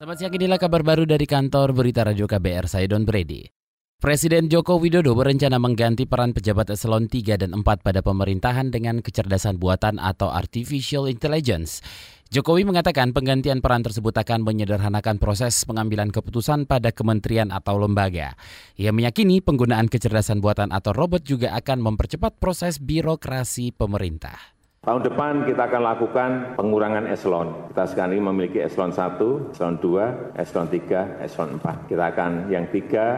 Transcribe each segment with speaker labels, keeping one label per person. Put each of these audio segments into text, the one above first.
Speaker 1: Selamat siang, inilah kabar baru dari kantor Berita Radio KBR, saya Don Brady. Presiden Joko Widodo berencana mengganti peran pejabat eselon 3 dan 4 pada pemerintahan dengan kecerdasan buatan atau artificial intelligence. Jokowi mengatakan penggantian peran tersebut akan menyederhanakan proses pengambilan keputusan pada kementerian atau lembaga. Ia meyakini penggunaan kecerdasan buatan atau robot juga akan mempercepat proses birokrasi pemerintah.
Speaker 2: Tahun depan kita akan lakukan pengurangan eselon. Kita sekarang ini memiliki eselon 1, eselon 2, eselon 3, eselon 4. Kita akan yang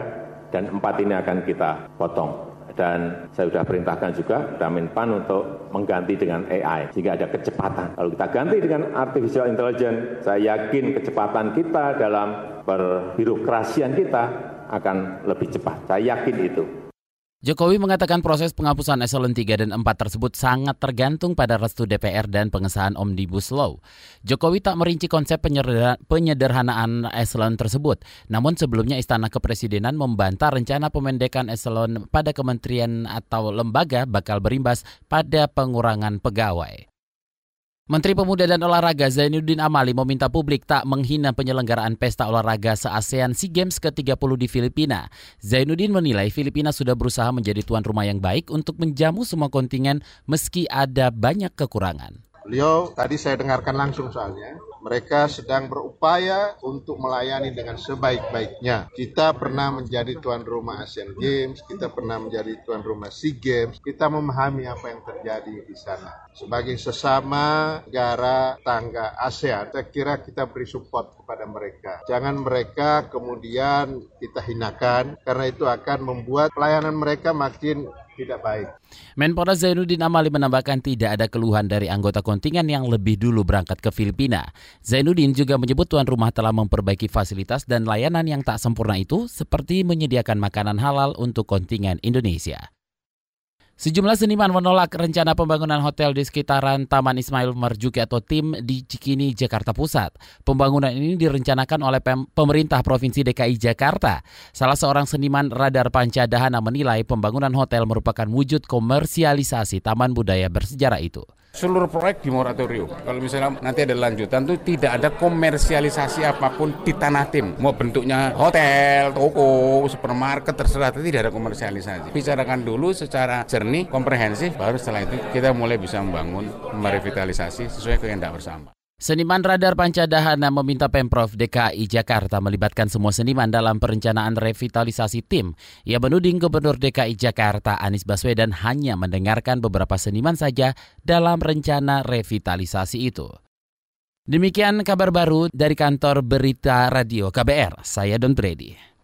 Speaker 2: 3 dan 4 ini akan kita potong. Dan saya sudah perintahkan juga Menpan untuk mengganti dengan AI sehingga ada kecepatan. Kalau kita ganti dengan artificial intelligence, saya yakin kecepatan kita dalam berbirokrasian kita akan lebih cepat. Saya yakin itu.
Speaker 1: Jokowi mengatakan proses penghapusan eselon 3 dan 4 tersebut sangat tergantung pada restu DPR dan pengesahan Omnibus Law. Jokowi tak merinci konsep penyederhanaan eselon tersebut. Namun sebelumnya Istana Kepresidenan membantah rencana pemendekan eselon pada kementerian atau lembaga bakal berimbas pada pengurangan pegawai. Menteri Pemuda dan Olahraga Zainuddin Amali meminta publik tak menghina penyelenggaraan pesta olahraga se-ASEAN SEA Games ke-30 di Filipina. Zainuddin menilai Filipina sudah berusaha menjadi tuan rumah yang baik untuk menjamu semua kontingen meski ada banyak kekurangan.
Speaker 3: Beliau tadi saya dengarkan langsung soalnya, mereka sedang berupaya untuk melayani dengan sebaik-baiknya. Kita pernah menjadi tuan rumah Asian Games, kita pernah menjadi tuan rumah SEA Games, kita memahami apa yang terjadi di sana. Sebagai sesama negara tangga ASEAN, saya kira kita beri support kepada mereka. Jangan mereka kemudian kita hinakan, karena itu akan membuat pelayanan mereka makin tidak baik.
Speaker 1: Menpora Zainuddin Amali menambahkan tidak ada keluhan dari anggota kontingen yang lebih dulu berangkat ke Filipina. Zainuddin juga menyebut tuan rumah telah memperbaiki fasilitas dan layanan yang tak sempurna itu seperti menyediakan makanan halal untuk kontingen Indonesia. Sejumlah seniman menolak rencana pembangunan hotel di sekitaran Taman Ismail Marzuki atau TIM di Cikini, Jakarta Pusat. Pembangunan ini direncanakan oleh pemerintah Provinsi DKI Jakarta. Salah seorang seniman Radar Pancadahana menilai pembangunan hotel merupakan wujud komersialisasi taman budaya bersejarah itu.
Speaker 4: Seluruh proyek di moratorium. Kalau misalnya nanti ada lanjutan tuh tidak ada komersialisasi apapun di tanah TIM. Mau bentuknya hotel, toko, supermarket, terserah, tidak ada komersialisasi. Bicarakan dulu secara jernih, komprehensif, baru setelah itu kita mulai bisa membangun, merevitalisasi sesuai kehendak bersama.
Speaker 1: Seniman Radar Pancadahana meminta Pemprov DKI Jakarta melibatkan semua seniman dalam perencanaan revitalisasi TIM. Ia menuding Gubernur DKI Jakarta Anies Baswedan hanya mendengarkan beberapa seniman saja dalam rencana revitalisasi itu. Demikian kabar baru dari kantor Berita Radio KBR, saya Don Brady.